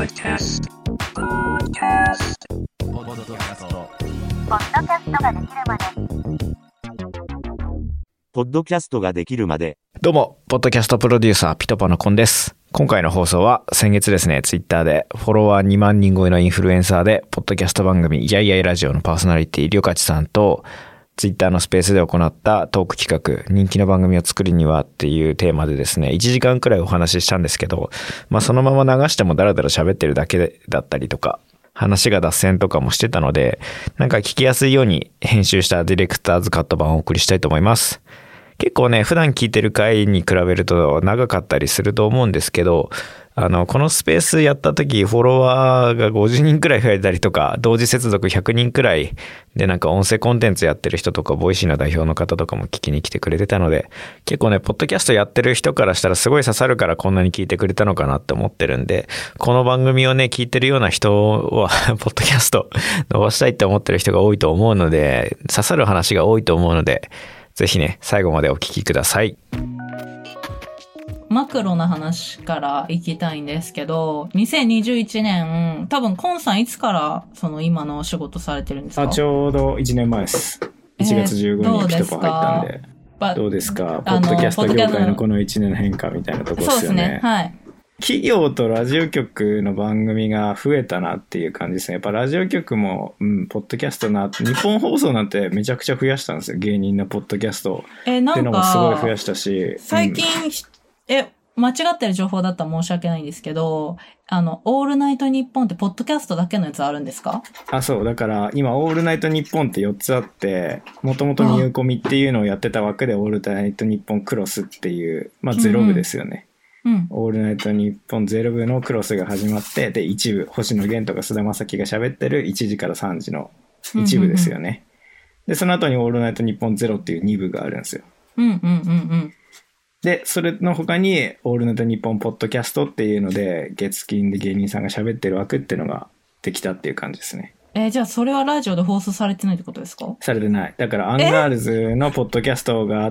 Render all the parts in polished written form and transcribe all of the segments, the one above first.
Podcast ポッドキャストができるまで。 ポッドキャストができるまで。 どうも、ポッドキャストプロデューサーピトパのコンです。今回の放送は先月ですね、ツイッターでフォロワー2万人超えのインフルエンサーでポッドキャスト番組イヤイヤイラジオのパーソナリティりょかちさんとツイッターのスペースで行ったトーク企画、人気の番組を作るにはっていうテーマでですね、1時間くらいお話ししたんですけど、そのまま流してもダラダラ喋ってるだけだったりとか、話が脱線とかもしてたので、聞きやすいように編集したディレクターズカット版をお送りしたいと思います。結構ね、普段聞いてる回に比べると長かったりすると思うんですけど、このスペースやった時フォロワーが50人くらい増えたりとか、同時接続100人くらいで音声コンテンツやってる人とか、ボイシーの代表の方とかも聞きに来てくれてたので、結構ね、ポッドキャストやってる人からしたらすごい刺さるからこんなに聞いてくれたのかなって思ってるんで、この番組をね、聞いてるような人は、ポッドキャスト伸ばしたいって思ってる人が多いと思うので、刺さる話が多いと思うので、ぜひね、最後までお聞きください。 マクロな話からいきたいんですけど、2021年、多分コンさんいつから今のお仕事されてるんですか？ ちょうど1年前です。1月15日にピトパ入ったんで。どうですか？ポッドキャスト業界のこの1年の変化みたいなところですよね。 そうですね。はい。 企業とラジオ局の番組が増えたなっていう感じですね。やっぱラジオ局も、ポッドキャスト日本放送なんてめちゃくちゃ増やしたんですよ。芸人のポッドキャストっていうのもすごい増やしたし。 最近、間違ってる情報だったら申し訳ないんですけど、オールナイトニッポンってポッドキャストだけのやつあるんですか？ そう。だから今、オールナイトニッポンって4つあって、もともとニューコミっていうのをやってた枠で、オールナイトニッポンクロスっていう、ゼロ部ですよね。オールナイトニッポンゼロ部のクロスが始まって、で、一部、星野源とか菅田将暉が喋ってる1時から3時の一部ですよね。で、その後にオールナイトニッポンゼロっていう2部があるんですよ。で、それの他に、オールナイトニッポンポッドキャストっていうので、月金で芸人さんが喋ってる枠っていうのができたっていう感じですね。 じゃあそれはラジオで放送されてないってことですか？ されてない。だからアンガールズのポッドキャストがあって、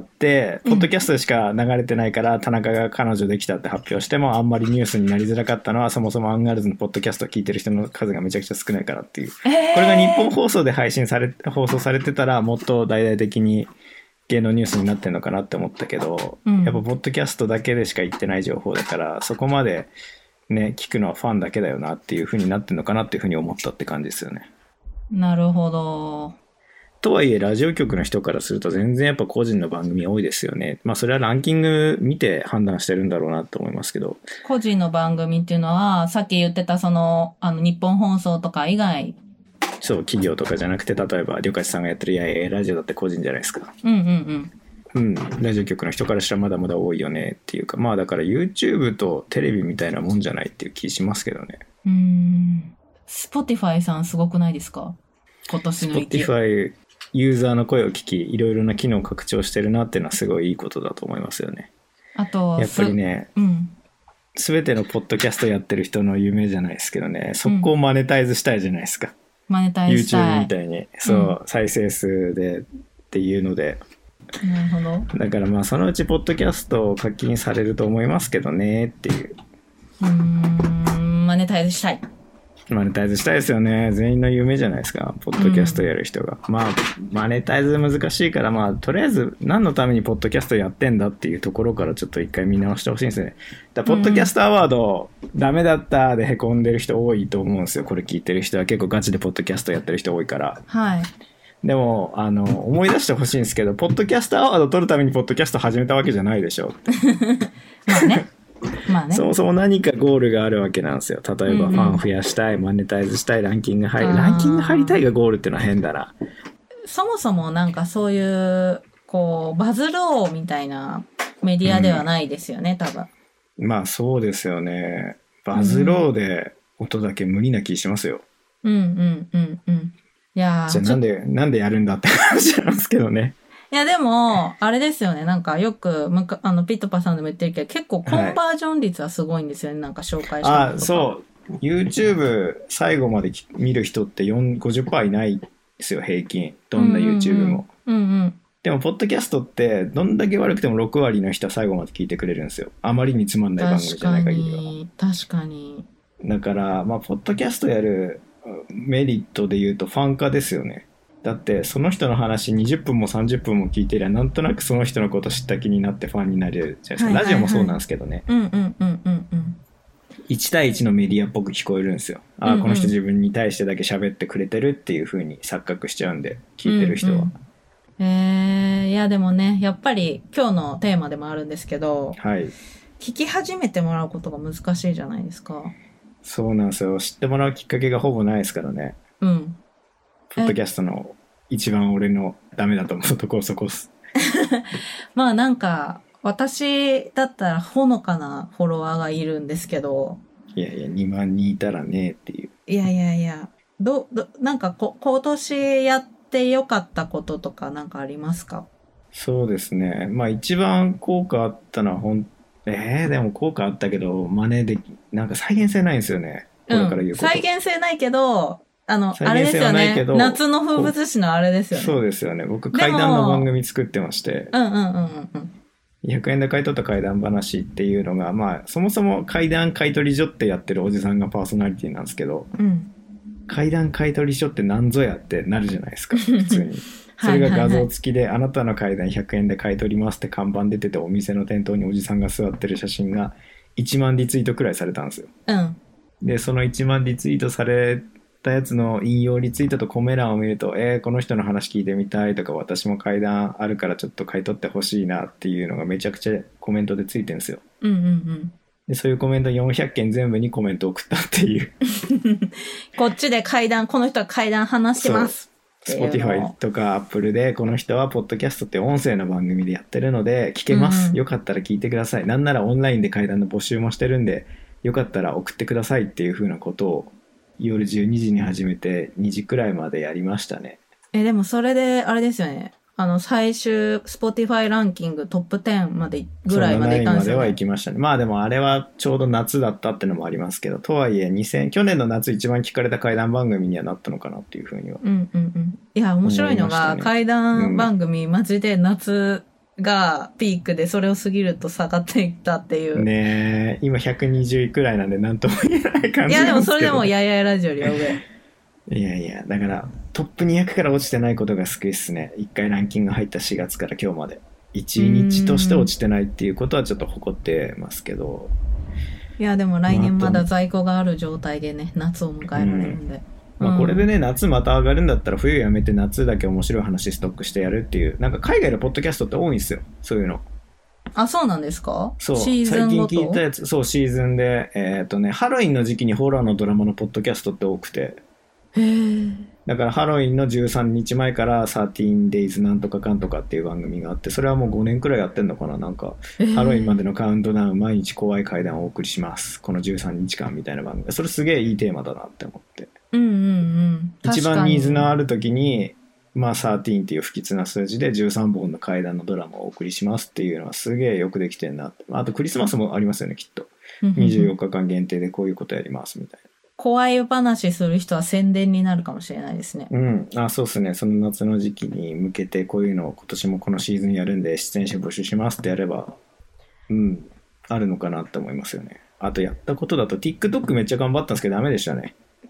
ポッドキャストでしか流れてないから、田中が彼女できたって発表しても、あんまりニュースになりづらかったのは、そもそもアンガールズのポッドキャストを聞いてる人の数がめちゃくちゃ少ないからっていう。これが日本放送で放送されてたら、もっと大々的に芸能ニュースになってんのかなって思ったけど、やっぱポッドキャストだけでしか言ってない情報だから、そこまでね、聞くのはファンだけだよなっていう風になってんのかなっていう風に思ったって感じですよね。 なるほど。 とはいえ、ラジオ局の人からすると全然やっぱ個人の番組多いですよね。それはランキング見て判断してるんだろうなと思いますけど。 個人の番組っていうのは、さっき言ってた日本放送とか以外。 そう、企業とかじゃなくて、例えば、りょかしさんがやってるラジオだって個人じゃないですか。ラジオ局の人からしたらまだまだ多いよねっていうか、だから YouTube とテレビみたいなもんじゃないっていう気しますけどね。 Spotify さんすごくないですか？今年の勢い。 Spotify ユーザーの声を聞き、いろいろな機能を拡張してるなっていうのはすごいいいことだと思いますよね。 あと、 やっぱりね、すべてのポッドキャストやってる人の夢じゃないですけどね、そこをマネタイズしたいじゃないですか。 マネタイズしたい。 YouTube みたいに、そう、再生数でっていうので。 なるほど。 だからそのうちポッドキャストを課金されると思いますけどねっていう。 マネタイズしたい。 マネタイズしたいですよね。全員の夢じゃないですか。ポッドキャストやる人が。マネタイズ難しいから、とりあえず何のためにポッドキャストやってんだっていうところからちょっと一回見直してほしいんですね。ポッドキャストアワード、ダメだったで凹んでる人多いと思うんですよ。これ聞いてる人は結構ガチでポッドキャストやってる人多いから。 はい。 でも、思い出してほしいんですけど、ポッドキャストアワード取るためにポッドキャスト始めたわけじゃないでしょ。 ね。 そもそも何かゴールがあるわけなんですよ。例えばファン増やしたい、マネタイズしたい、ランキング入りたいがゴールっていうのは変だな。 そもそもそういう、バズろうみたいなメディアではないですよね、多分。 そうですよね。バズろうで音だけ無理な気しますよ。 いやじゃあなんでやるんだって話なんですけどね。 いやでも、あれですよね。よく、ピットパさんでも言ってるけど、結構コンバージョン率はすごいんですよね。紹介したのとか。 そう。YouTube 最後まで見る人って 50% いないですよ、平均。どんな YouTube も。でも、ポッドキャストって、どんだけ悪くても6割の人は最後まで聞いてくれるんですよ。あまりにつまんない番組じゃない限りは。 確かに。 だから、まあ、ポッドキャストやるメリットで言うとファン化ですよね。だって、その人の話20分も30分も聞いてりゃ、なんとなくその人のこと知った気になってファンになれるじゃないですか。ラジオもそうなんですけどね。1対1のメディアっぽく聞こえるんですよ。ああ、この人自分に対してだけ喋ってくれてるっていう風に錯覚しちゃうんで、聞いてる人は。 いやでもね、やっぱり今日のテーマでもあるんですけど、 はい。 聞き始めてもらうことが難しいじゃないですか。 そうなんですよ。知ってもらうきっかけがほぼないですからね。 うん。 ポッドキャストの一番俺のダメだと思うとこそこっす。 まあなんか、私だったらほのかなフォロワーがいるんですけど。 いやいや、2万人いたらねっていう。 いや。なんか今年やってよかったこととかなんかありますか？ そうですね。まあ一番効果あったのはでも効果あったけど、真似でなんか再現性ないんですよね。これから言うこと。 再現性ないけど、あれですよ再現性はないけね。 ど夏の風物詩のあれですよね。 そうですよね。僕、怪談の番組作ってまして。100円で買い取った怪談話っていうのが、まあ、そもそも怪談買取所ってやってるおじさんがパーソナリティなんですけど、怪談買取所って何ぞやってなるじゃないですか、普通に。それが画像付きで、あなたの怪談100円で買い取りますって看板出てて、お店の店頭におじさんが座ってる写真が1万リツイートくらいされたんですよ。で、その1万リツイートされたやつの引用リツイートとコメ欄を見ると、この人の話聞いてみたいとか、私も怪談あるからちょっと買い取ってほしいなっていうのがめちゃくちゃコメントでついてるんですよ。で、そういうコメント400件全部にコメントを送ったっていう。 こっちでこの人は怪談話してます。 Spotify とか Apple で、この人はポッドキャストって音声の番組でやってるので聞けます。よかったら聞いてください。なんならオンラインで怪談の募集もしてるんで、よかったら送ってくださいっていう風なことを夜12時に始めて2時くらいまでやりましたね。 でもそれであれですよね。最終 Spotify ランキングトップ10までぐらいまでいったんですよね。7位までは行きましたね。まあでもあれはちょうど夏だったってのもありますけど、とはいえ去年の夏一番聞かれた怪談番組にはなったのかなっていうふうには。 いや、面白いのが、怪談番組、マジで夏がピークでそれを過ぎると下がっていったっていう。 ねえ、今120位くらいなんで何とも言えない感じなんですけど。いやでもそれでもややラジオよりは上。 いや、だからトップ200から落ちてないことが救いっすね。1回ランキング入った4月から今日まで。1日として落ちてないっていうことはちょっと誇ってますけど。 いやでも来年まだ在庫がある状態でね、夏を迎えられるんで。 まあこれでね、夏また上がるんだったら冬やめて夏だけ面白い話ストックしてやるっていう、なんか海外のポッドキャストって多いんですよ。そういうの。 あ、そうなんですか？ そう。 シーズンごと？ 最近聞いたやつ、そう、シーズンで、ハロウィンの時期にホラーのドラマのポッドキャストって多くて。だからハロウィンの13日前から13 days なんとかかんとかっていう番組があって、それはもう5年くらいやってんのかな。なんか、ハロウィンまでのカウントダウン、毎日怖い怪談をお送りします。この13日間みたいな番組。それすげえいいテーマだなって思って。一番ニーズのある時に、まあ13っていう不吉な数字で13本の怪談のドラマをお送りしますっていうのはすげえよくできてんなって。あとクリスマスもありますよね、きっと。24日間限定でこういうことやりますみたいな。 怖い話する人は宣伝になるかもしれないですね。 そうですね。その夏の時期に向けてこういうのを今年もこのシーズンやるんで出演者募集しますってやれば、あるのかなって思いますよね。あとやったことだと TikTok めっちゃ頑張ったんですけどダメでしたね。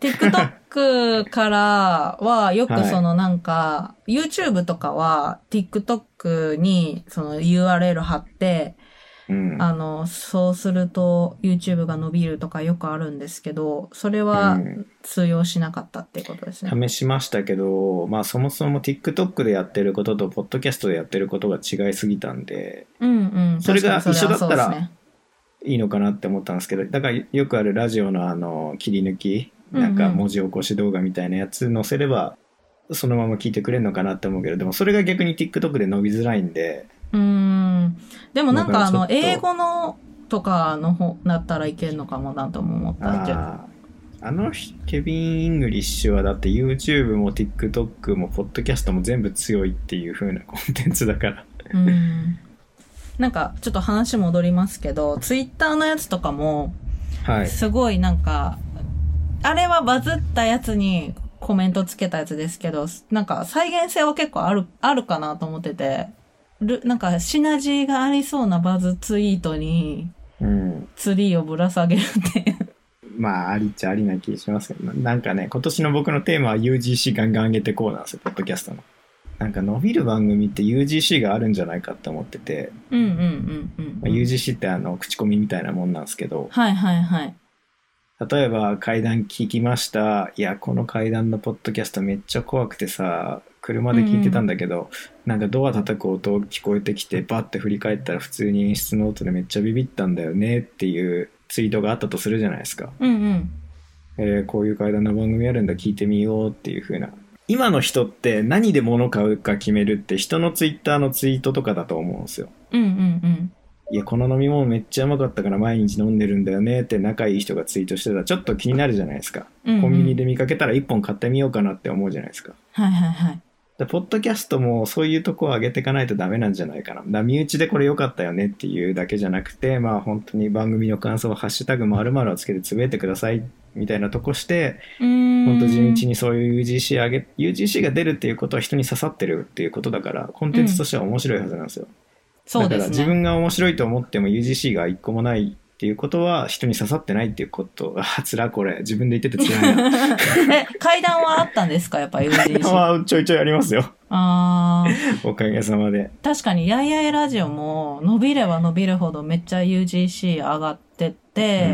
TikTok からはよくなんか、YouTube とかは TikTok にその URL 貼って、そうすると YouTube が伸びるとかよくあるんですけど、それは通用しなかったっていうことですね。 試しましたけど、まあそもそも TikTok でやってることと Podcast でやってることが違いすぎたんで、それが一緒だったらいいのかなって思ったんですけど、だからよくあるラジオの切り抜き、なんか文字起こし動画みたいなやつ載せれば、そのまま聞いてくれるのかなって思うけど、でもそれが逆に TikTok で伸びづらいんで、 でもなんか英語のとかの方だったらいけるのかもなとも思ったけど。 ケビン・イングリッシュはだって YouTube も TikTok も Podcast も全部強いっていう風なコンテンツだから。 なんかちょっと話戻りますけど、Twitter のやつとかも、すごいなんか、あれはバズったやつにコメントつけたやつですけど、なんか再現性は結構あるかなと思ってて、なんかシナジーがありそうなバズツイートに、ツリーをぶら下げるっていう。 まあ、ありっちゃありな気しますけど、なんかね、今年の僕のテーマは UGC ガンガン上げてこうなんですよ、ポッドキャストの。なんか伸びる番組って UGC があるんじゃないかって思ってて、 うんうんうんうん。 まあ、UGC って口コミみたいなもんなんですけど、 はいはいはい。 例えば怪談聞きました。いや、この怪談のポッドキャストめっちゃ怖くてさ、車で聞いてたんだけど、なんかドア叩く音聞こえてきて、バッて振り返ったら普通に演出の音でめっちゃビビったんだよねっていうツイートがあったとするじゃないですか。 うんうん。 こういう怪談の番組あるんだ、聞いてみようっていう風な。今の人って何で物買うか決めるって人のツイッターのツイートとかだと思うんですよ。 うんうんうん。 いや、この飲み物めっちゃうまかったから毎日飲んでるんだよねって仲いい人がツイートしてたらちょっと気になるじゃないですか。 うんうん、 コンビニで見かけたら1本買ってみようかなって思うじゃないですか。 はいはいはい。 でポッドキャストもそういうとこを上げていかないとダメなんじゃないかな。身内でこれ良かったよねっていうだけじゃなくて、まあ本当に番組の感想をハッシュタグ〇〇をつけてつぶやいてくださいみたいなとこして、本当地道にそういう UGC が出るっていうことは人に刺さってるっていうことだから、コンテンツとしては面白いはずなんですよ。 そうですね。 だから自分が面白いと思っても UGC が一個もないっていうことは人に刺さってないっていうこと。つらこれ。自分で言っててつらいな。 階段はあったんですかやっぱ UGC。 階段はちょいちょいありますよ。 あおかげさまで。 確かに、やいやいラジオも伸びれば伸びるほどめっちゃ UGC 上がってって、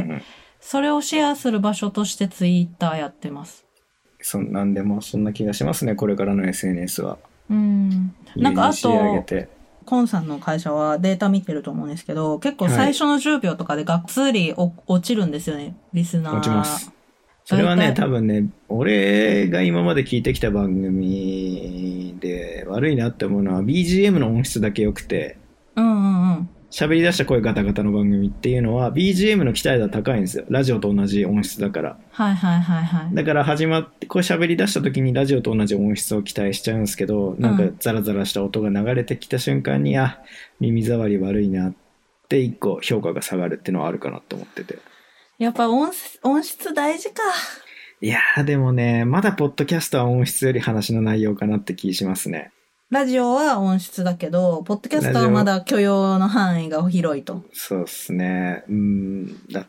うんうん、それをシェアする場所としてツイッターやってます。 なんでもそんな気がしますね。これからの SNS は。 なんかあと、コンさんの会社はデータ見てると思うんですけど、結構最初の10秒とかでがっつり落ちるんですよね、リスナー。 落ちます。それはね、多分ね、俺が今まで聞いてきた番組で悪いなって思うのは BGM の音質だけ良くて、喋り出した声ガタガタの番組っていうのは BGM の期待度は高いんですよ。ラジオと同じ音質だから。 はいはいはいはい。 だから始まって、こう喋り出した時にラジオと同じ音質を期待しちゃうんですけど、なんかザラザラした音が流れてきた瞬間に、耳障り悪いなって一個評価が下がるっていうのはあるかなと思ってて。 やっぱ音質大事か。 いやーでもね、まだポッドキャストは音質より話の内容かなって気しますね。 ラジオは音質だけど、ポッドキャストはまだ許容の範囲が広いと。 そうですね。だって、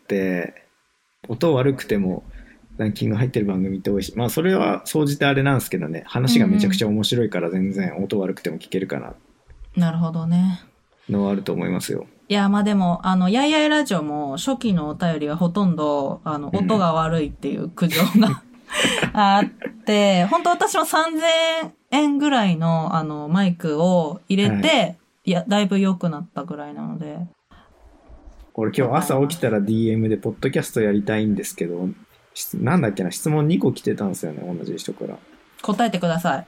音悪くてもランキング入ってる番組って多いし、まあそれは総じてあれなんですけどね、話がめちゃくちゃ面白いから全然音悪くても聞けるかな。 なるほどね。 のはあると思いますよ。 いや、まあでも、やいやいラジオも初期のお便りがほとんど、音が悪いっていう苦情があって、本当私も3000円ぐらいのマイクを入れて、はい、いや、だいぶ良くなったぐらいなので。 俺今日朝起きたら DM でポッドキャストやりたいんですけど、なんだっけな、質問2個来てたんですよね、同じ人から。 答えてください。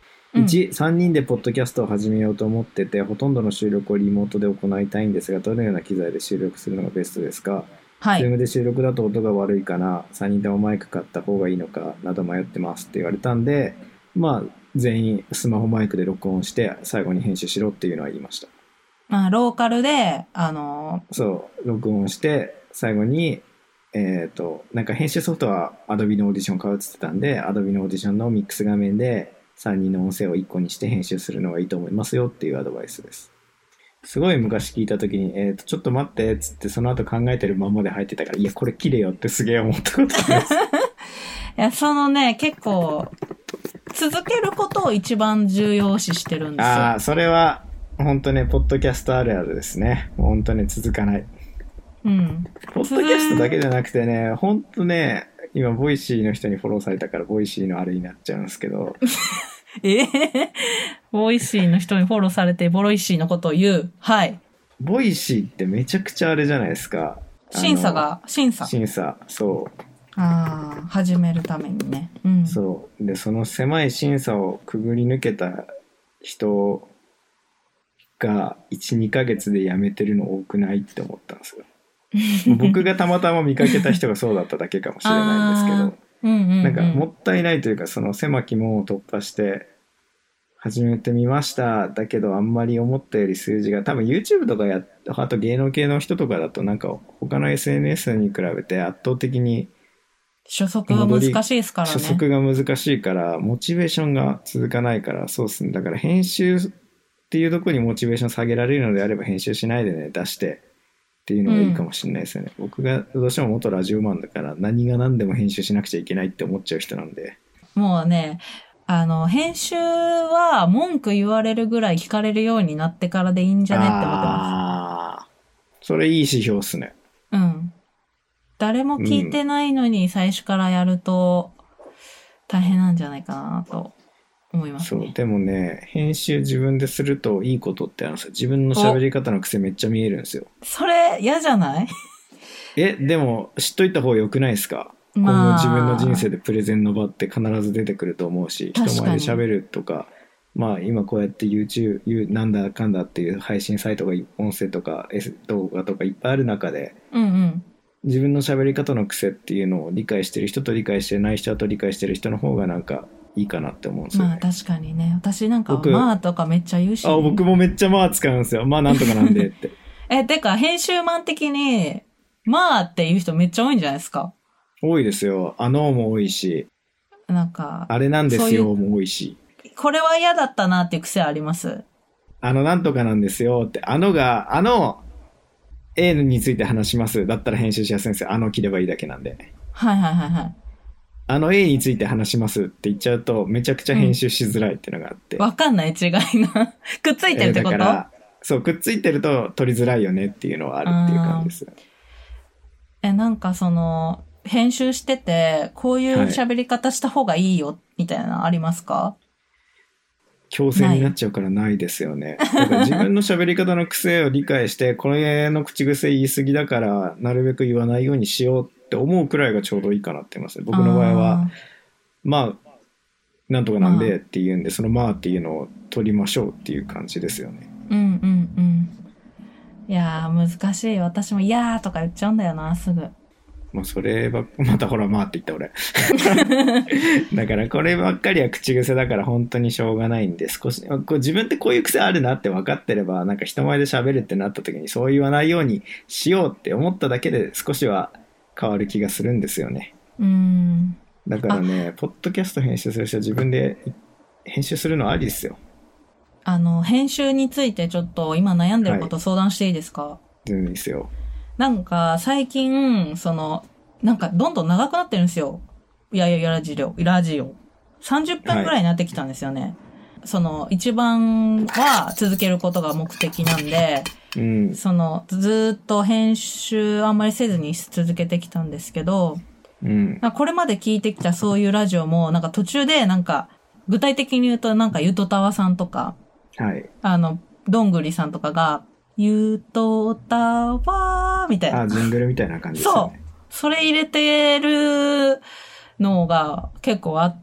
1、3人でポッドキャストを始めようと思ってて、ほとんどの収録をリモートで行いたいんですが、どのような機材で収録するのがベストですか？はい。Zoom で収録だと音が悪いかな、3人でもマイク買った方がいいのかなど迷ってますって言われたんで、まあ、全員スマホマイクで録音して、最後に編集しろっていうのは言いました。 まあ、ローカルで、 そう、録音して、最後に、なんか編集ソフトは Adobe のオーディション買うって言ってたんで、Adobe のオーディションのミックス画面で、3人の音声を1個にして編集するのがいいと思いますよっていうアドバイスです。すごい昔聞いた時に、ちょっと待ってっつってその後考えてるままで入ってたから、いやこれ切れよってすげえ思ったことあります。 いや、そのね、結構、続けることを一番重要視してるんですよ。 ああ、それは本当ね、ポッドキャストあるあるですね。本当に続かない。ポッドキャストだけじゃなくてね、本当ね、今ボイシーの人にフォローされたからボイシーのあれになっちゃうんですけど。 ボイシーの人にフォローされてボイシーのことを言う。はい。 ボイシーってめちゃくちゃあれじゃないですか。 審査、 そう。 始めるためにね。 そう。で、その狭い審査をくぐり抜けた人が1、2ヶ月で辞めてるの多くないって思ったんですよ。僕がたまたま見かけた人がそうだっただけかもしれないんですけど、なんかもったいないというか、その狭き門を突破して始めてみましただけど、あんまり思ったより数字が多分 YouTube とかあと芸能系の人とかだとなんか他の SNS に比べて圧倒的に初速が難しいですからね。 初速が難しいからモチベーションが続かないから、そうですね。だから編集っていうところにモチベーション下げられるのであれば編集しないでね、出してっっていうのがいいかもしれないですよね。僕がどうしても元ラジオマンだから何が何でも編集しなくちゃいけないって思っちゃう人なんで。 もうね、編集は文句言われるぐらい聞かれるようになってからでいいんじゃねって思ってまそれいい指標っすね。 す。うん。誰も聞いてないのに最初からやると大変なんじゃないかなと思いますね。 そう、でもね、編集自分でするといいことってあるんですよ。自分の喋り方の癖めっちゃ見えるんですよ。 それ嫌じゃない？ でも知っといた方が良くないですか？ まあ今後自分の人生でプレゼンの場って必ず出てくると思うし、 確かに人前で喋るとか、まあ今こうやって YouTube なんだかんだっていう配信サイトが音声とか動画とかいっぱいある中で、 うんうん。 自分の喋り方の癖っていうのを理解してる人と理解してない人と理解してる人の方がなんかいいかなって思うんですよね。 まあ確かにね。私なんかまあとかめっちゃ言うし、ね。 僕もめっちゃまあ使うんですよ。まあなんとかなんでって。 てか編集マン的にまあっていう人めっちゃ多いんじゃないですか。 多いですよ。も多いし。 なんか。 あれなんですよも多いし。 これは嫌だったなっていう癖あります？ なんとかなんですよって。A について話します。だったら編集しやすいんですよ。切ればいいだけなんで。 はいはいはいはい。 A について話しますって言っちゃうと、めちゃくちゃ編集しづらいっていうのがあって。 わかんない違いな。くっついてるってこと？ だから、そう、くっついてると取りづらいよねっていうのはあるっていう感じですよ。 なんか編集してて、こういう喋り方した方がいいよ、みたいなのありますか？ 強制になっちゃうからないですよね。だから自分の喋り方の癖を理解して、これの口癖言い過ぎだから、なるべく言わないようにしようって思うくらいがちょうどいいかなって思います。僕の場合は、まあ、なんとかなんでって言うんで、そのまあっていうのを取りましょうっていう感じですよね。 うんうんうん。いやー難しい。私もいやーとか言っちゃうんだよな、すぐ。 もうそればまたほらまあって言った俺だからこればっかりは口癖だから本当にしょうがないんで、少し自分ってこういう癖あるなって分かってれば、なんか人前で喋るってなった時にそう言わないようにしようって思っただけで少しは変わる気がするんですよね。だからね、ポッドキャスト編集する人は自分で編集するのありですよ。 編集についてちょっと今悩んでること相談していいですか？ 全然いいですよ。 なんか最近なんかどんどん長くなってるんですよ。いやラジオ30分ぐらいになってきたんですよね。一番は続けることが目的なんで、ずっと編集あんまりせずに続けてきたんですけど、これまで聞いてきたそういうラジオもなんか途中でなんか具体的に言うとなんかゆとたわさんとか、どんぐりさんとかがゆとたわーみたいな。 ジングルみたいな感じですね。 そう。それ入れてるのが結構あって、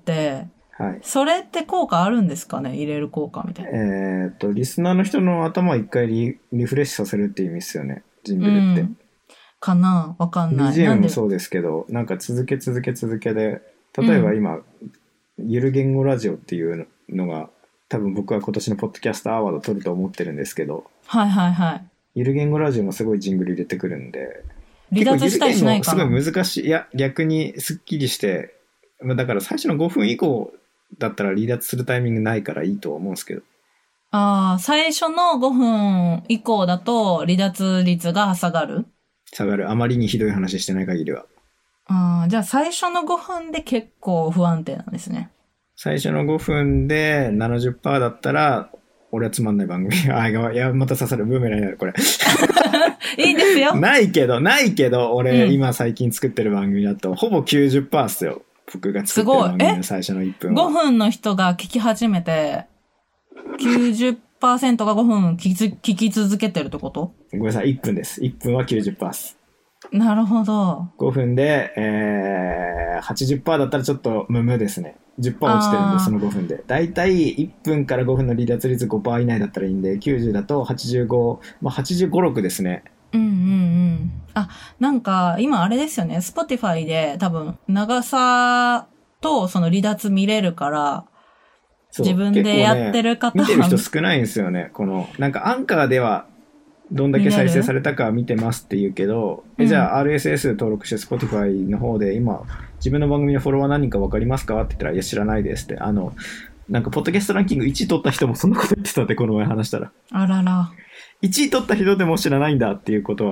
それって効果あるんですかね？入れる効果みたいな。 リスナーの人の頭を一回リフレッシュさせるっていう意味ですよね。ジングルって。 かな？わかんない。 BGM もそうですけど、なんか続けで、例えば今、ゆる言語ラジオっていうのが、多分僕は今年のポッドキャストアワード取ると思ってるんですけど、ゆる言語ラジオもすごいジングル入れてくるんで、 離脱したりしないかな？ すごい難しい。いや、逆にスッキリして、だから最初の5分以降だったら離脱するタイミングないからいいと思うんですけど。 最初の5分以降だと離脱率が下がる？ 下がる。あまりにひどい話してない限りは。 じゃあ最初の5分で結構不安定なんですね。 最初の5分で 70% だったら、俺はつまんない番組。いや、また刺さる。ブーメランになる、これ。 いいんですよ。 ないけど、俺、今最近作ってる番組だと、ほぼ 90% っすよ。僕が作ってる番組の最初の1分は。 5分の人が聞き始めて、90% が5分聞き続けてるってこと？ ごめんなさい、1分です。1分は 90% っす。 なるほど。 5分で、80% だったらちょっとムムですね。10% 落ちてるんで、その5分で。だいたい1分から5分の離脱率 5% 以内だったらいいんで、90だと85、85、6ですね。 なんか、今あれですよね。Spotify で多分、長さとその離脱見れるから、自分でやってる方は、 見てる人少ないんですよね。なんかアンカーでは、どんだけ再生されたか見てますって言うけど、じゃあ RSS 登録して Spotify の方で今、自分の番組のフォロワー何人か分かりますかって言ったら、いや知らないですって。なんかポッドキャストランキング1位取った人もそんなこと言ってたって、この前話したら。 あらら。 1位取った人でも知らないんだっていうことは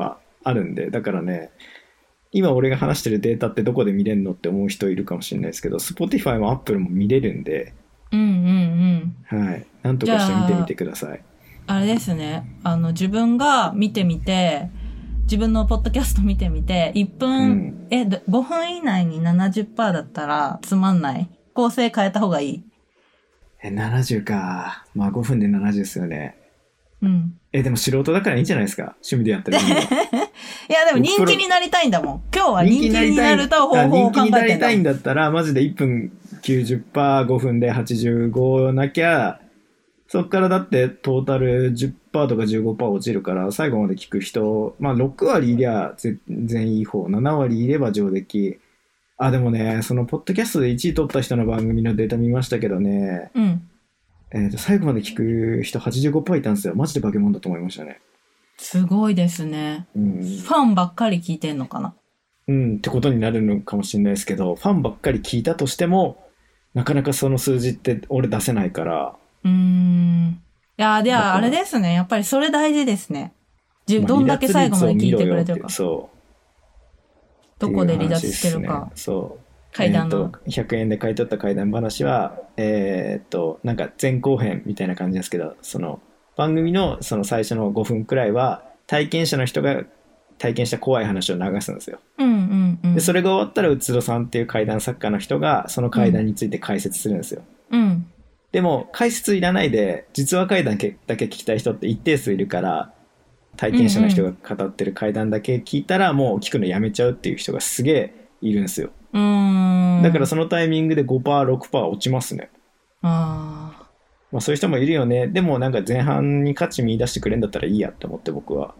あるんで、だからね、今俺が話してるデータってどこで見れるのって思う人いるかもしれないですけど、Spotify も Apple も見れるんで、 うんうんうん。 はい。なんとかして見てみてください。 あれですね。自分が見てみて、自分のポッドキャスト見てみて、1分、5分以内に 70% だったらつまんない。構成変えた方がいい。 70か。まあ5分で70ですよね。 うん。 でも素人だからいいんじゃないですか。趣味でやってる。 いやでも人気になりたいんだもん。今日は人気になると方法を考えてんだもん。人気になりたいんだったら、マジで1分 90%、5分で85なきゃ、そっからだってトータル 10% とか 15% 落ちるから、最後まで聞く人、まあ6割いりゃ全然いい方、7割いれば上出来。でもね、そのポッドキャストで1位取った人の番組のデータ見ましたけどね、 うん。 最後まで聞く人 85% いたんですよ。マジで化け物だと思いましたね。 すごいですね。 うん。 ファンばっかり聞いてんのかな。 ってことになるのかもしれないですけど、ファンばっかり聞いたとしても、なかなかその数字って俺出せないから。 いや、ではあれですね。やっぱりそれ大事ですね。どんだけ最後まで聞いてくれてるか。 そう。 どこで離脱してるか。 そう。 階段の。 100円で買い取った怪談話は、なんか前後編みたいな感じですけど、その番組のその最初の5分くらいは、体験者の人が体験した怖い話を流すんですよ。で、それが終わったら、うつろさんっていう怪談作家の人が、その怪談について解説するんですよ。でも、解説いらないで、実話怪談だけ聞きたい人って一定数いるから、体験者の人が語ってる怪談だけ聞いたら、もう聞くのやめちゃうっていう人がすげえいるんですよ。だからそのタイミングで 5%、6% 落ちますね。まあそういう人もいるよね。でもなんか前半に価値見出してくれんだったらいいやって思って僕は。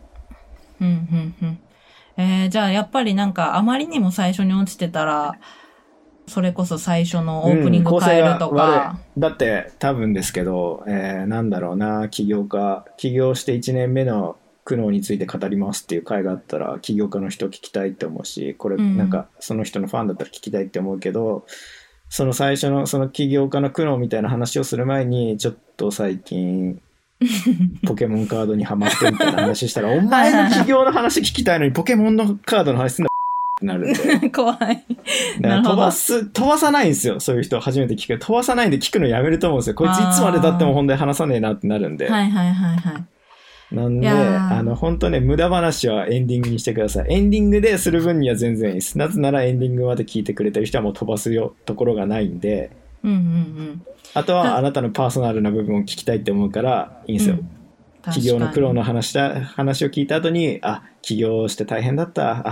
じゃあやっぱりなんかあまりにも最初に落ちてたら、それこそ最初のオープニング変えるとか。 だって多分ですけど、なんだろうな、起業して1年目の苦悩について語りますっていう回があったら、起業家の人聞きたいって思うし、これなんかその人のファンだったら聞きたいって思うけど、その最初のその起業家の苦悩みたいな話をする前に、ちょっと最近ポケモンカードにハマってみたいな話したら、お前の起業の話聞きたいのにポケモンのカードの話すんだってなるんで。 怖い。 だから飛ばさないんですよ。そういう人初めて聞く。飛ばさないんで聞くのやめると思うんですよ。こいついつまで経っても本題話さねえなってなるんで。なんで、本当ね、無駄話はエンディングにしてください。エンディングでする分には全然いいです。なぜならエンディングまで聞いてくれてる人はもう飛ばすところがないんで、あとはあなたのパーソナルな部分を聞きたいって思うからいいんですよ。起業の苦労の話を聞いた後に、起業して大変だった。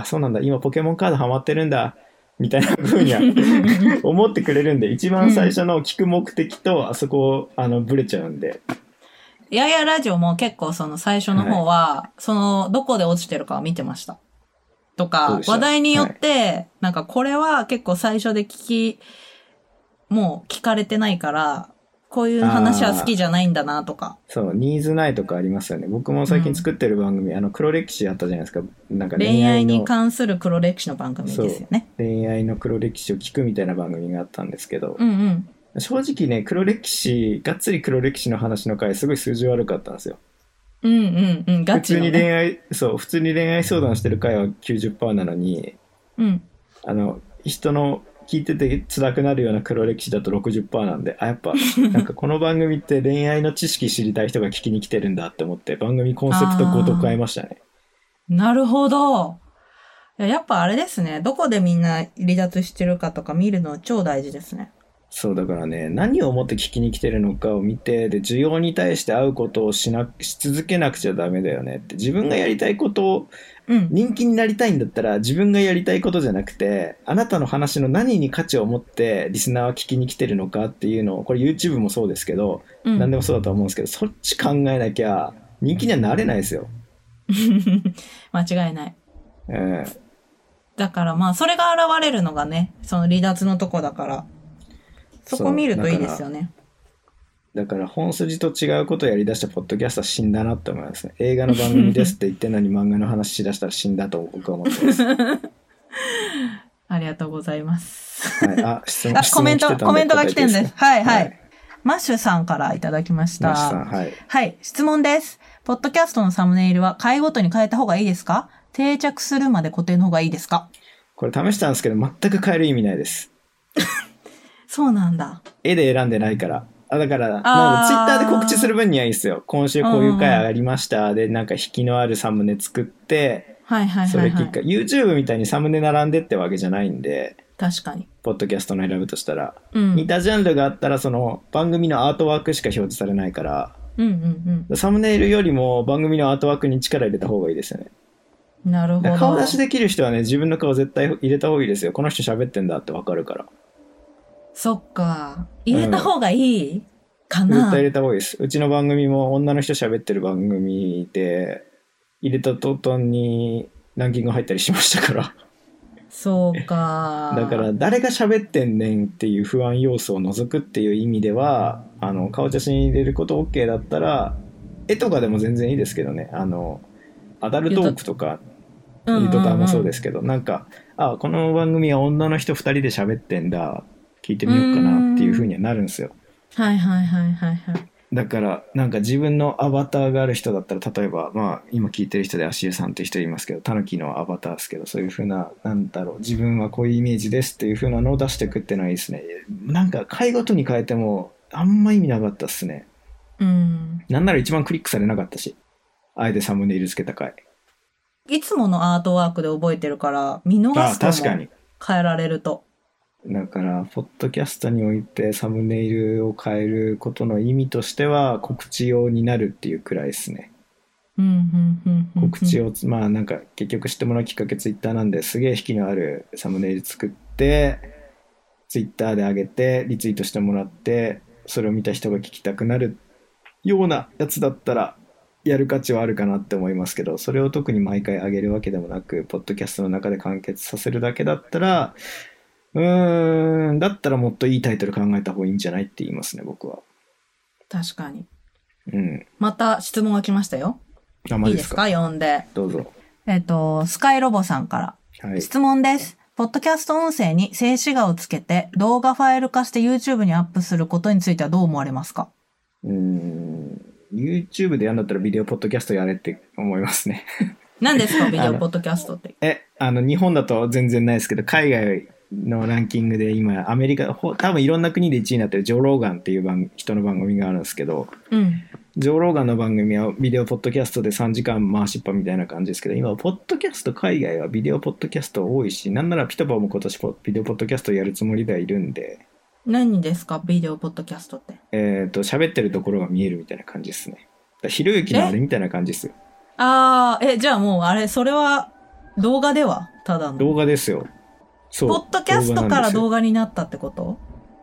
そうなんだ。今ポケモンカードハマってるんだ。みたいな風には思ってくれるんで、一番最初の聞く目的とあそこブレちゃうんで。 ややラジオも結構その最初の方は、そのどこで落ちてるかを見てました。とか、話題によって、なんかこれは結構最初でもう聞かれてないから、こういう話は好きじゃないんだなとか。 そう、ニーズないとかありますよね。僕も最近作ってる番組、黒歴史あったじゃないですか。なんか恋愛に関する黒歴史の番組ですよね。 恋愛の黒歴史を聞くみたいな番組があったんですけど、正直ね、がっつり黒歴史の話の回、すごい数字悪かったんですよ。 ガチのね。 普通に恋愛相談してる回は 90% なのに、人の聞いてて辛くなるような黒歴史だと 60% なんで、やっぱ、なんかこの番組って恋愛の知識知りたい人が聞きに来てるんだって思って、番組コンセプトごと変えましたね。 なるほど。やっぱあれですね。どこでみんな離脱してるかとか見るの超大事ですね。 そうだからね、何をもって聞きに来てるのかを見て、で、需要に対して合うことをし続けなくちゃダメだよねって。自分がやりたいことを、人気になりたいんだったら自分がやりたいことじゃなくて、あなたの話の何に価値を持ってリスナーは聞きに来てるのかっていうのを、これ YouTube もそうですけど、何でもそうだと思うんですけど、そっち考えなきゃ人気にはなれないですよ。 間違いない。だからまあ、それが現れるのがね、その離脱のとこだから。そこ見るといいですよね。 だから本筋と違うことをやりだしたポッドキャストは死んだなって思いますね。映画の番組ですって言ってんのに漫画の話しだしたら死んだと僕は思ってます。 ありがとうございます。 質問コメントが来てるんです。マッシュさんからいただきました。 はい、 質問です。ポッドキャストのサムネイルは回ごとに変えた方がいいですか？ 定着するまで固定の方がいいですか？ これ試したんですけど、全く変える意味ないです。 そうなんだ。 絵で選んでないから。だから、ツイッターで告知する分にはいいですよ。今週こういう回上がりました。で、なんか引きのあるサムネ作って、 はいはいはい、はい。 それきっかけ、YouTube みたいにサムネ並んでってわけじゃないんで。 確かに。 ポッドキャストの選ぶとしたら。 うん、 似たジャンルがあったら、その番組のアートワークしか表示されないから、 うんうんうん、 サムネイルよりも番組のアートワークに力入れた方がいいですよね。 なるほど。 顔出しできる人はね、自分の顔絶対入れた方がいいですよ。この人喋ってんだってわかるから。 そっか。入れた方がいい、かな。 絶対入れた方がいいです。うちの番組も女の人喋ってる番組で、入れた途端にランキング入ったりしましたから。 そうか。 だから誰が喋ってんねんっていう不安要素を除くっていう意味では、顔写真入れること OK だったら、絵とかでも全然いいですけどね。アダルトークとか、リトターもそうですけど、なんか、この番組は女の人2人で喋ってんだ、聞いてみようかなっていう風にはなるんですよ。 はいはいはいはいはい。 だからなんか自分のアバターがある人だったら、例えば今聞いてる人で足湯さんっていう人いますけど、タヌキのアバターですけど、そういう風な、なんだろう、自分はこういうイメージですっていう風なのを出していくっていうのはいいですね。なんか回ごとに変えてもあんま意味なかったっすね。なんなら一番クリックされなかったし、あえてサムネイルつけた回。 いつものアートワークで覚えてるから見逃すとも確かに変えられると。だからポッドキャストにおいてサムネイルを変えることの意味としては告知用になるっていうくらいですね。告知をなんか結局知ってもらうきっかけツイッターなんで、すげえ引きのあるサムネイル作ってツイッターで上げてリツイートしてもらって、それを見た人が聞きたくなるようなやつだったらやる価値はあるかなって思いますけど、それを特に毎回上げるわけでもなく、ポッドキャストの中で完結させるだけだったら、だったらもっといいタイトル考えた方がいいんじゃないって言いますね、僕は。 確かに。 また質問が来ましたよ。いいですか？読んで。 どうぞ。 スカイロボさんから。はい、質問です。ポッドキャスト音声に静止画をつけて動画ファイル化して YouTube にアップすることについてはどう思われますか ？YouTube でやるんだったらビデオポッドキャストやれって思いますね。 何ですかビデオポッドキャストって。 日本だと全然ないですけど、海外のランキングで今アメリカ多分いろんな国で1位になってるジョー・ローガンっていう人の番組があるんですけど、ジョー・ローガンの番組はビデオポッドキャストで3時間回しっぱみたいな感じですけど、今ポッドキャスト海外はビデオポッドキャスト多いし、なんならピトパも今年ビデオポッドキャストやるつもりではいるんで。 何ですかビデオポッドキャストって。 喋ってるところが見えるみたいな感じですね。ひろゆきのあれみたいな感じですよ。 じゃあもうそれは動画ではただの動画ですよ。そう。 ポッドキャストから動画になったってこと？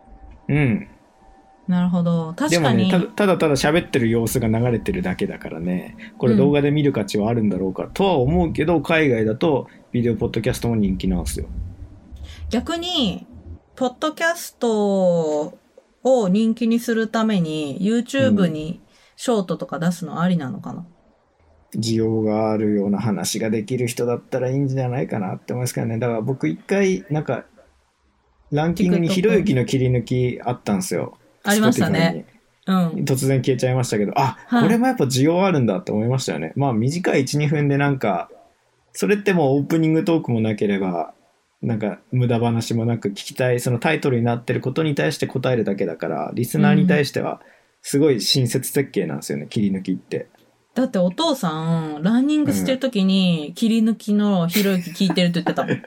なるほど。確かに。 でもね、ただ喋ってる様子が流れてるだけだからね、これ動画で見る価値はあるんだろうかとは思うけど、海外だとビデオポッドキャストも人気なんですよ。 逆にポッドキャストを人気にするために YouTube にショートとか出すのありなのかな？ 需要があるような話ができる人だったらいいんじゃないかなって思いますけどね。だから僕一回なんかランキングにひろゆきの切り抜きあったんですよ。 ありましたね。 突然消えちゃいましたけど、これもやっぱ需要あるんだって思いましたよね。短い 1,2 分でなんか、それってもうオープニングトークもなければ、なんか無駄話もなく聞きたい、そのタイトルになってることに対して答えるだけだから、リスナーに対してはすごい親切設計なんですよね、切り抜きって。 だってお父さん、ランニングしてる時に切り抜きのひろゆき聞いてるって言ってたもん。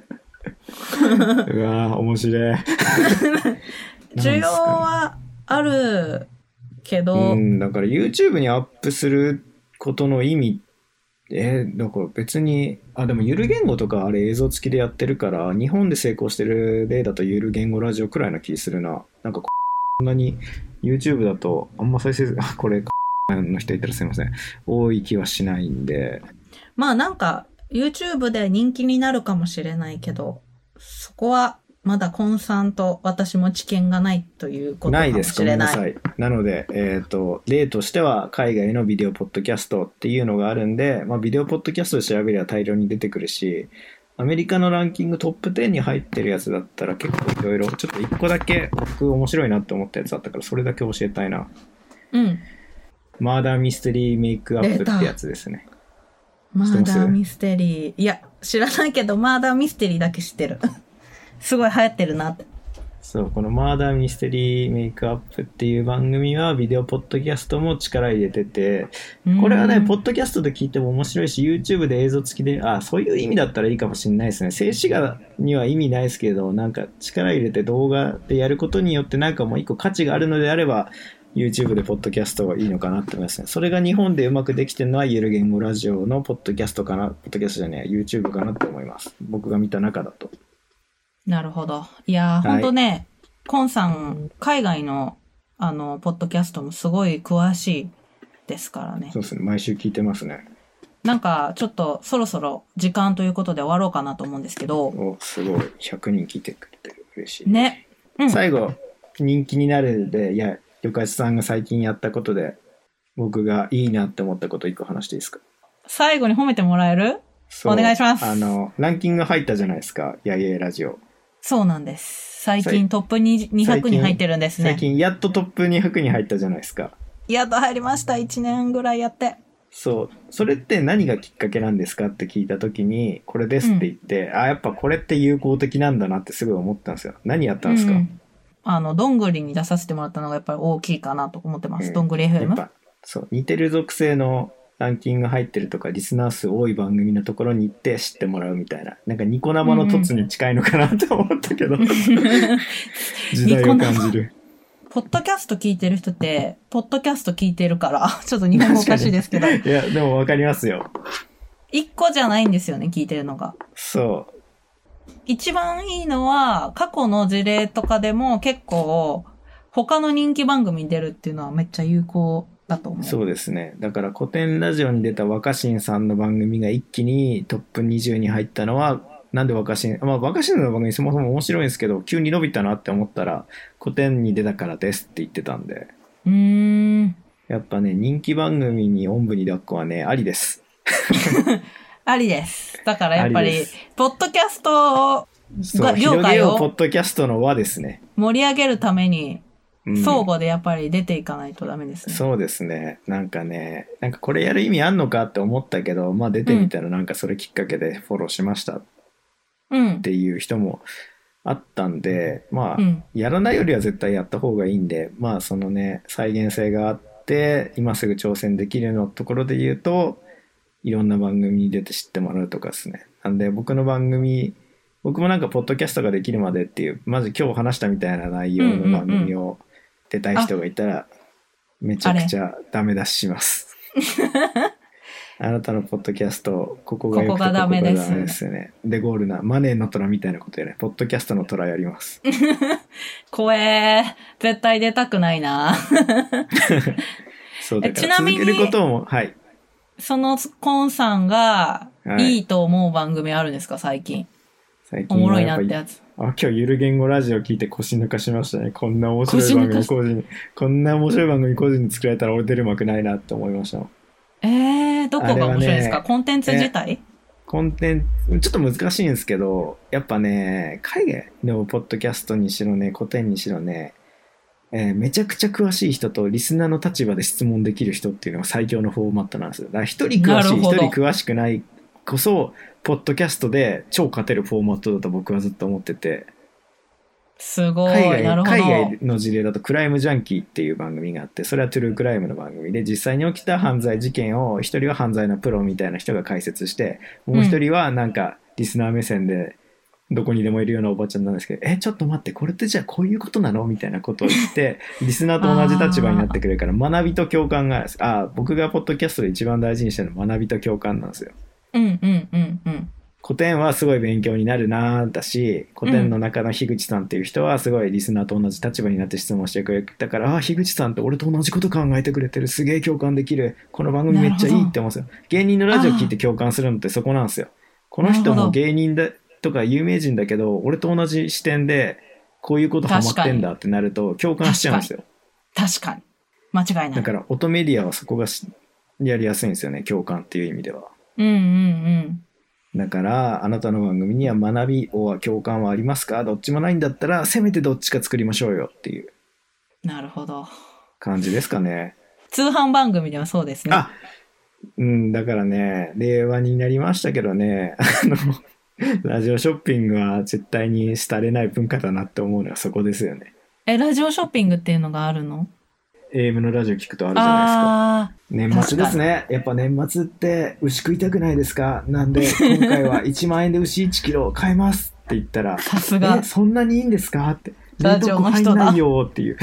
うわぁ、面白い。 需要はあるけど、 だから YouTube にアップすることの意味だから別にでもゆる言語とかあれ映像付きでやってるから、日本で成功してる例だとゆる言語ラジオくらいな気するな。なんかこんなに YouTube だとあんま再生これの人いたらすいません、多い気はしないんで、 なんか YouTube で人気になるかもしれないけど、そこはまだコンさんと私も知見がないということかもしれない。 ないです。ごめんなさい。なので、例としては海外のビデオポッドキャストっていうのがあるんで、ビデオポッドキャストで調べれば大量に出てくるし、アメリカのランキングトップ10に入ってるやつだったら結構いろいろ、ちょっと一個だけ僕面白いなって思ったやつだったから、それだけ教えたいな。マーダーミステリーメイクアップってやつですね。 マー知ってますダーミステリー。いや、知らないけど、マーダーミステリーだけ知ってる。すごい流行ってるなって。 そう、このマーダーミステリーメイクアップっていう番組はビデオポッドキャストも力入れてて、これはね、ポッドキャストで聞いても面白いし、YouTube で映像付きで、そういう意味だったらいいかもしれないですね。静止画には意味ないですけど、なんか力入れて動画でやることによってなんかもう一個価値があるのであれば、YouTube でポッドキャストはいいのかなって思いますね。それが日本でうまくできてるのはゆる言語ラジオのポッドキャストかな、ポッドキャストじゃねえ、YouTube かなって思います。僕が見た中だと。 なるほど。いやー、ほんとね、コンさん、海外の、ポッドキャストもすごい詳しいですからね。 そうですね。毎週聞いてますね。 なんか、ちょっと、そろそろ時間ということで終わろうかなと思うんですけど。 お、すごい。100人聞いてくれてる。嬉しい。 ね。 うん、最後、人気になるで、いや、よかちさんが最近やったことで、僕がいいなって思ったこと1個話していいですか？ 最後に褒めてもらえる？お願いします。 ランキング入ったじゃないですか。やいやいラジオ。 そうなんです。最近トップ200に入ってるんですね。 最近やっとトップ200に入ったじゃないですか。 やっと入りました。1年ぐらいやって。 そう。それって何がきっかけなんですかって聞いたときに、これですって言って、やっぱこれって有効的なんだなってすごい思ったんですよ。何やったんですか？ どんぐりに出させてもらったのがやっぱり大きいかなと思ってます。どんぐり FM？ やっぱ、そう。似てる属性のランキング入ってるとか、リスナー数多い番組のところに行って知ってもらうみたいな。なんかニコ生の凸に近いのかなと思ったけど。時代を感じる。 ポッドキャスト聞いてる人って、ポッドキャスト聞いてるから、ちょっと日本語おかしいですけど。 いや、でもわかりますよ。 一個じゃないんですよね、聞いてるのが。 そう。 一番いいのは、過去の事例とかでも結構、他の人気番組に出るっていうのはめっちゃ有効だと思う。 そうですね。だから古典ラジオに出た若新さんの番組が一気にトップ20に入ったのは、なんで若新の番組そもそも面白いんですけど、急に伸びたなって思ったら、古典に出たからですって言ってたんで。やっぱね、人気番組におんぶに抱っこはね、ありです。 ありです。だからやっぱり、ポッドキャストが業界をポッドキャストの輪ですね。 盛り上げるために、相互でやっぱり出ていかないとダメですね。 そうですね。なんかこれやる意味あんのかって思ったけど、まあ出てみたらなんかそれきっかけでフォローしましたっていう人もあったんで、まあ、やらないよりは絶対やった方がいいんで、まあそのね、再現性があって、今すぐ挑戦できるのところで言うと、いろんな番組に出て知ってもらうとかですね。なんで僕もなんかポッドキャストができるまでっていう、まず今日話したみたいな内容の番組を出たい人がいたら、めちゃくちゃダメ出しします。あなたのポッドキャスト、ここが良くてここがダメですよね。で、ゴールな、マネーの虎みたいなことやね、ポッドキャストの虎やります。 怖えー。絶対出たくないな。 そうだから続けることも、はい。 そのコンさんがいいと思う番組あるんですか、最近。おもろいなってやつ。 今日ゆる言語ラジオ聞いて腰抜かしましたね。こんな面白い番組個人に作られたら俺出る幕ないなって思いました。 どこが面白いですか？コンテンツ自体？ ちょっと難しいんですけど、やっぱね、海外のポッドキャストにしろね、古典にしろね、めちゃくちゃ詳しい人とリスナーの立場で質問できる人っていうのが最強のフォーマットなんですよ。だから一人詳しい、一人詳しくないこそ、ポッドキャストで超勝てるフォーマットだと僕はずっと思ってて。 すごい。なるほど。 海外の事例だとクライムジャンキーっていう番組があって、それはトゥルークライムの番組で、実際に起きた犯罪事件を一人は犯罪のプロみたいな人が解説して、もう一人はなんかリスナー目線でどこにでもいるようなおばちゃんなんですけど、ちょっと待って、これってじゃあこういうことなのみたいなことを言って、リスナーと同じ立場になってくれるから学びと共感があるんです。僕がポッドキャストで一番大事にしてるのは学びと共感なんですよ。古典はすごい勉強になるなだし、古典の中の樋口さんっていう人はすごいリスナーと同じ立場になって質問してくれたから、樋口さんって俺と同じこと考えてくれてる、すげえ共感できる、この番組めっちゃいいって思うんですよ。芸人のラジオ聞いて共感するのってそこなんですよ。この人も芸人だとか有名人だけど、俺と同じ視点でこういうことハマってんだってなると共感しちゃうんですよ。 確かに。間違いない。 だから音メディアはそこがやりやすいんですよね、共感っていう意味では。だからあなたの番組には学び共感はありますか？どっちもないんだったらせめてどっちか作りましょうよっていう。 なるほど。 感じですかね。 通販番組ではそうですね。 だからね、令和になりましたけどね、ラジオショッピングは絶対に廃れない文化だなって思うのはそこですよね。 ラジオショッピングっていうのがあるの？ AM のラジオ聞くとあるじゃないですか。年末ですね。やっぱ年末って牛食いたくないですか？なんで今回は1万円で牛1キロ買えますって言ったら、 さすが。 そんなにいいんですかって。 ラジオの人だ。 入んないよっていう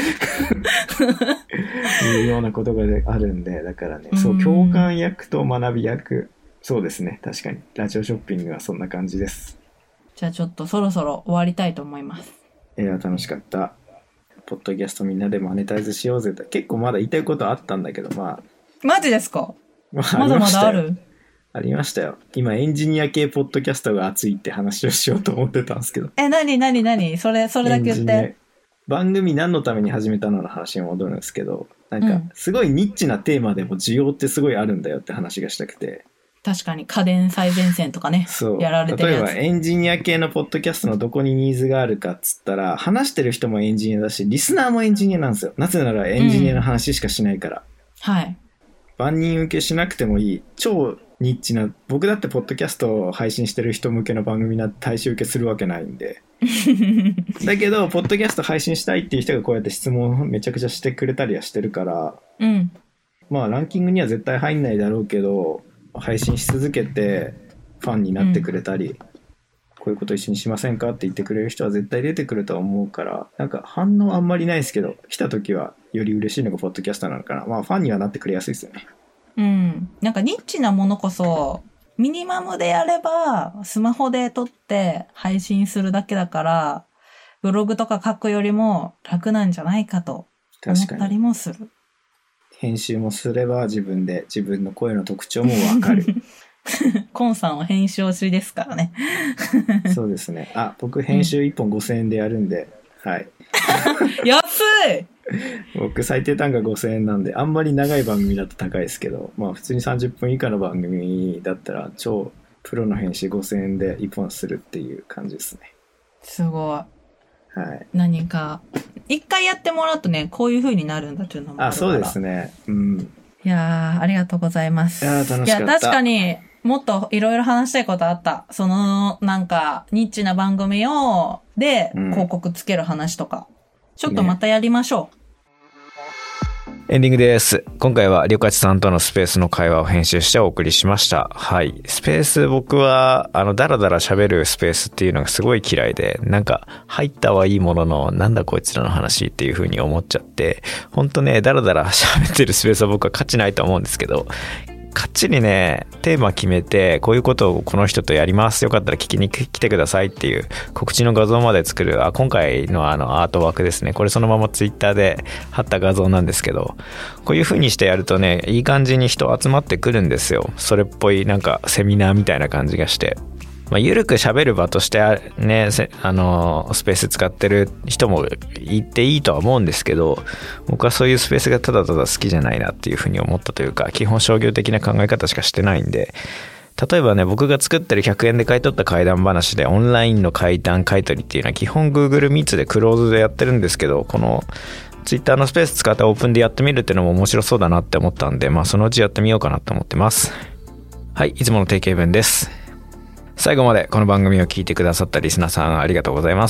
いうようなことがあるんで、だからね、そう、共感役と学び役、そうですね、確かに。ラジオショッピングはそんな感じです。 じゃあちょっとそろそろ終わりたいと思います。 いや、楽しかった。ポッドキャストみんなでマネタイズしようぜって。結構まだ言いたいことあったんだけど、まあ。 マジですか？ まだまだある？ ありましたよ。今エンジニア系ポッドキャストが熱いって話をしようと思ってたんですけど。 何それだけ言って。 番組何のために始めたの話に戻るんですけど、なんかすごいニッチなテーマでも需要ってすごいあるんだよって話がしたくて。 確かに家電最前線とかね。 そう。 やられてるやつ。 例えばエンジニア系のポッドキャストのどこにニーズがあるかっつったら、話してる人もエンジニアだし、リスナーもエンジニアなんですよ。なぜならエンジニアの話しかしないから。 はい。 万人受けしなくてもいい。超ニッチな、僕だってポッドキャストを配信してる人向けの番組なんて大衆受けするわけないんで。だけど、ポッドキャスト配信したいっていう人がこうやって質問をめちゃくちゃしてくれたりはしてるから、まあランキングには絶対入んないだろうけど、配信し続けてファンになってくれたり、こういうこと一緒にしませんかって言ってくれる人は絶対出てくるとは思うから、なんか反応あんまりないですけど、来た時はより嬉しいのがポッドキャストなのかな。まあファンにはなってくれやすいですよね。 なんかニッチなものこそミニマムでやればスマホで撮って配信するだけだから、ブログとか書くよりも楽なんじゃないかと思ったりもする。 編集もすれば自分で自分の声の特徴もわかる。 コンさんは編集推しですからね。 そうですね。僕編集1本5000円でやるんで、はい。 安い。 僕最低単価5000円なんで、あんまり長い番組だと高いですけど、まあ普通に30分以下の番組だったら超プロの編集5000円で1本するっていう感じですね。 すごい。 はい。 何か一回やってもらうとね、こういう風になるんだというのもあるから。 そうですね。 いやー、ありがとうございます。 いや、楽しかった。いや、 確かにもっといろいろ話したいことあった。そのなんかニッチな番組で広告つける話とか、ちょっとまたやりましょう。 エンディングです。今回はりょかちさんとのスペースの会話を編集してお送りしました。はい。スペース、僕はダラダラ喋るスペースっていうのがすごい嫌いで、なんか入ったはいいものの、なんだこいつらの話っていう風に思っちゃって、ほんとね、ダラダラ喋ってるスペースは僕は価値ないと思うんですけど、かっちりね、テーマ決めて、こういうことをこの人とやります。よかったら聞きに来てくださいっていう告知の画像まで作る。今回のアートワークですね。これそのままツイッターで貼った画像なんですけど、こういう風にしてやるとね、いい感じに人集まってくるんですよ。それっぽいなんかセミナーみたいな感じがして。ゆるく喋る場としてね、スペース使ってる人もいていいとは思うんですけど、僕はそういうスペースがただただ好きじゃないなっていうふうに思ったというか、基本商業的な考え方しかしてないんで、例えばね、僕が作ってる100円で買い取った怪談話でオンラインの怪談買い取りっていうのは基本 Google Meets でクローズでやってるんですけど、このTwitter のスペース使ってオープンでやってみるっていうのも面白そうだなって思ったんで、そのうちやってみようかなと思ってます。はい、いつもの定型文です。最後までこの番組を聞いてくださったリスナーさんありがとうございます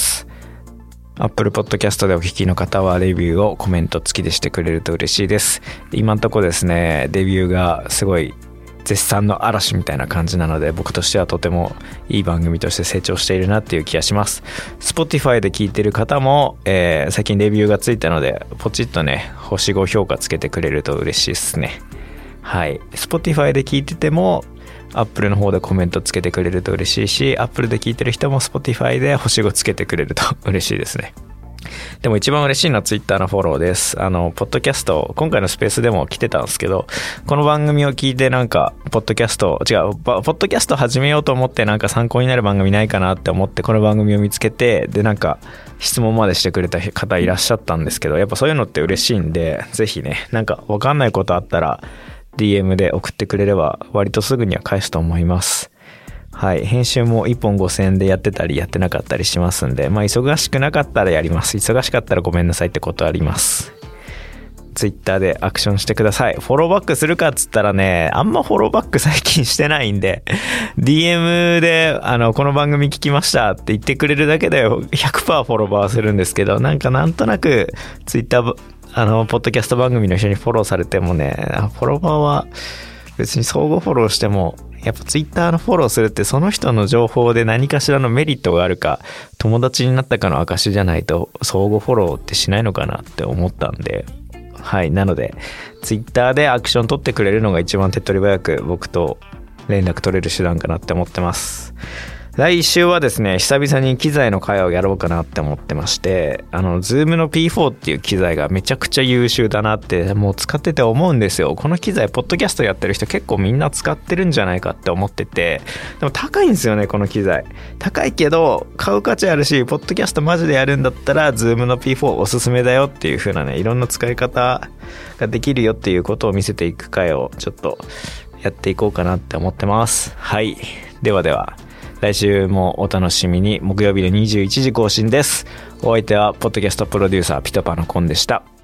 。Apple Podcast でお聞きの方はレビューをコメント付きでしてくれると嬉しいです。今んとこですね、レビューがすごい絶賛の嵐みたいな感じなので、僕としてはとてもいい番組として成長しているなっていう気がします。Spotify で聞いてる方も、最近レビューがついたので、ポチッとね、星5評価つけてくれると嬉しいですね。はい。Spotify で聞いてても、Apple の方でコメントつけてくれると嬉しいし、Apple で聞いてる人も Spotify で星5つけてくれると嬉しいですね。でも一番嬉しいのは Twitter のフォローです。ポッドキャスト、今回のスペースでも来てたんですけど、この番組を聞いてポッドキャスト始めようと思って参考になる番組ないかなって思ってこの番組を見つけて、で質問までしてくれた方いらっしゃったんですけど、やっぱそういうのって嬉しいんで、ぜひね、わかんないことあったら、DM で送ってくれれば割とすぐには返すと思います。はい。編集も1本5000円でやってたりやってなかったりしますんで、忙しくなかったらやります。忙しかったらごめんなさいってことあります。 ツイッターでアクションしてください。フォローバックするかっつったらね、あんまフォローバック最近してないんで、DM で、この番組聞きましたって言ってくれるだけで 100% フォロワーするんですけど、なんとなくツイッター、ポッドキャスト番組の人にフォローされてもね、フォロワーは別に相互フォローしても、やっぱツイッターのフォローするってその人の情報で何かしらのメリットがあるか、友達になったかの証じゃないと相互フォローってしないのかなって思ったんで、はい。なので、ツイッターでアクション取ってくれるのが一番手っ取り早く僕と連絡取れる手段かなって思ってます。来週はですね、久々に機材の会をやろうかなって思ってまして、Zoom の P4 っていう機材がめちゃくちゃ優秀だなってもう使ってて思うんですよ。この機材、ポッドキャストやってる人結構みんな使ってるんじゃないかって思ってて、でも高いんですよね、この機材。高いけど、買う価値あるし、ポッドキャストマジでやるんだったら、Zoom の P4 おすすめだよっていう風なね、いろんな使い方ができるよっていうことを見せていく回をちょっとやっていこうかなって思ってます。はい。ではでは。来週もお楽しみに。木曜日の21時更新です。お相手はポッドキャストプロデューサーピトパのコンでした。